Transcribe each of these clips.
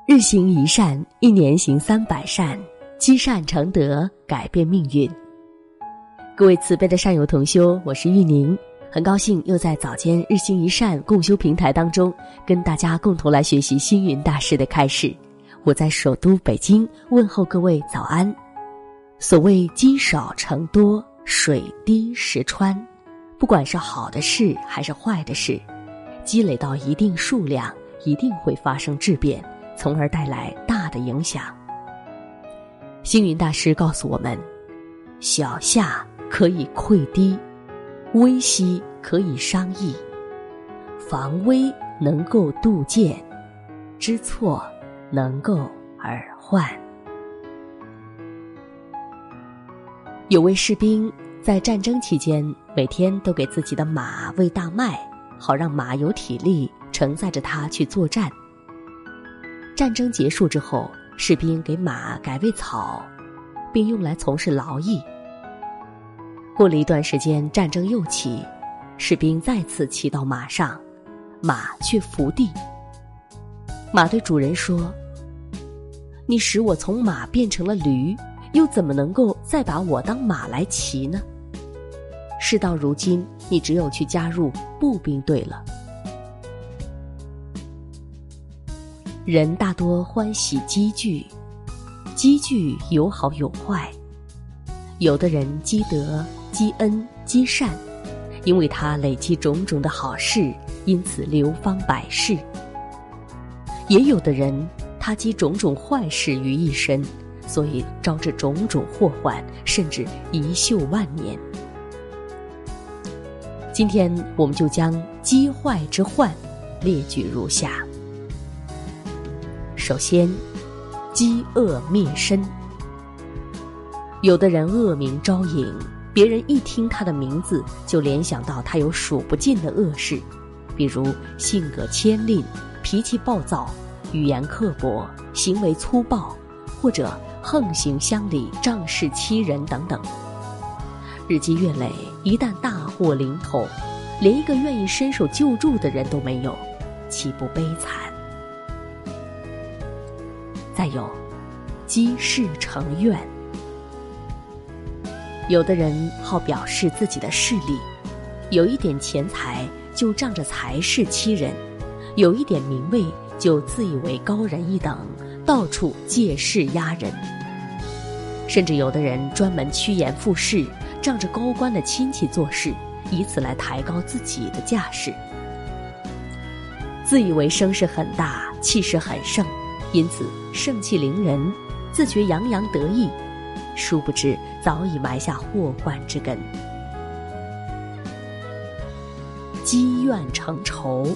日行一善，一年行300善，积善成德，改变命运。各位慈悲的善友同修，我是玉宁，很高兴又在早间日行一善共修平台当中跟大家共同来学习星云大师的开示。我在首都北京问候各位早安。所谓积少成多，水滴石穿，不管是好的事还是坏的事，积累到一定数量，一定会发生质变，从而带来大的影响。星云大师告诉我们，小夏可以溃堤，微息可以伤益，防微能够杜渐，知错能够耳患。有位士兵在战争期间，每天都给自己的马喂大麦，好让马有体力承载着它去作战。战争结束之后，士兵给马改喂草，并用来从事劳役。过了一段时间，战争又起，士兵再次骑到马上，马却伏地。马对主人说：“你使我从马变成了驴，又怎么能够再把我当马来骑呢？事到如今，你只有去加入步兵队了。”人大多欢喜积聚，积聚有好有坏。有的人积德、积恩、积善，因为他累积种种的好事，因此流芳百世。也有的人他积种种坏事于一身，所以招致种种祸患，甚至遗臭万年。今天我们就将积坏之患列举如下。首先，积恶灭身。有的人恶名昭隐，别人一听他的名字就联想到他有数不尽的恶事，比如性格谦吝、脾气暴躁、语言刻薄、行为粗暴，或者横行乡里、仗势欺人等等。日积月累，一旦大祸临头，连一个愿意伸手救助的人都没有，岂不悲惨？再有，积事成怨。有的人好表示自己的势力，有一点钱财就仗着财势欺人，有一点名位就自以为高人一等，到处借势压人。甚至有的人专门趋炎附势，仗着高官的亲戚做事，以此来抬高自己的架势。自以为声势很大，气势很盛，因此盛气凌人，自觉洋洋得意，殊不知早已埋下祸患之根。积怨成仇。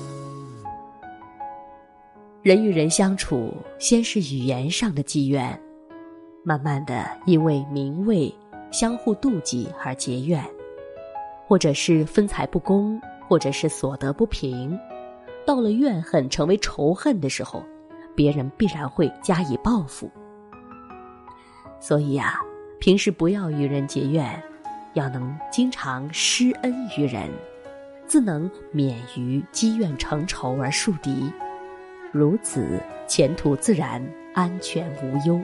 人与人相处，先是语言上的积怨，慢慢的因为名位相互妒忌而结怨，或者是分财不公，或者是所得不平，到了怨恨成为仇恨的时候，别人必然会加以报复。所以啊，平时不要与人结怨，要能经常施恩于人，自能免于积怨成仇而树敌，如此前途自然安全无忧。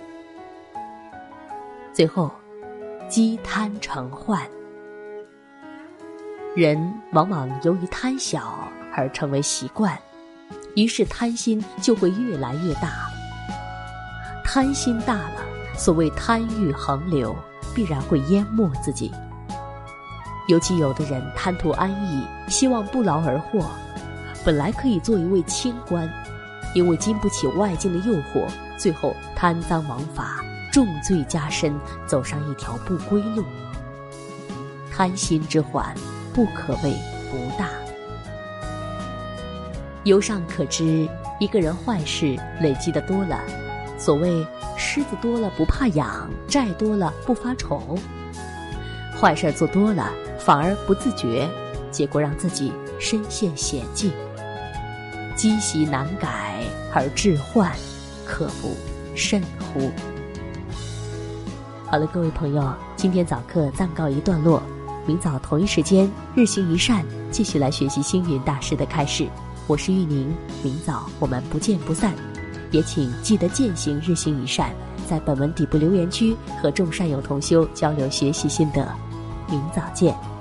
最后，积贪成患。人往往由于贪小而成为习惯，于是贪心就会越来越大。贪心大了，所谓贪欲横流，必然会淹没自己。尤其有的人贪图安逸，希望不劳而获，本来可以做一位清官，因为经不起外境的诱惑，最后贪赃枉法，重罪加身，走上一条不归路。贪心之患，不可谓不大。由上可知，一个人坏事累积的多了，所谓虱子多了不怕痒，债多了不发愁。坏事做多了，反而不自觉，结果让自己身陷险境。积习难改而致患，可不慎乎。好了，各位朋友，今天早课暂告一段落，明早同一时间日行一善，继续来学习星云大师的开示。我是玉宁，明早我们不见不散。 也请记得践行日行一善，在本文底部留言区和众善友同修交流学习心得。明早见。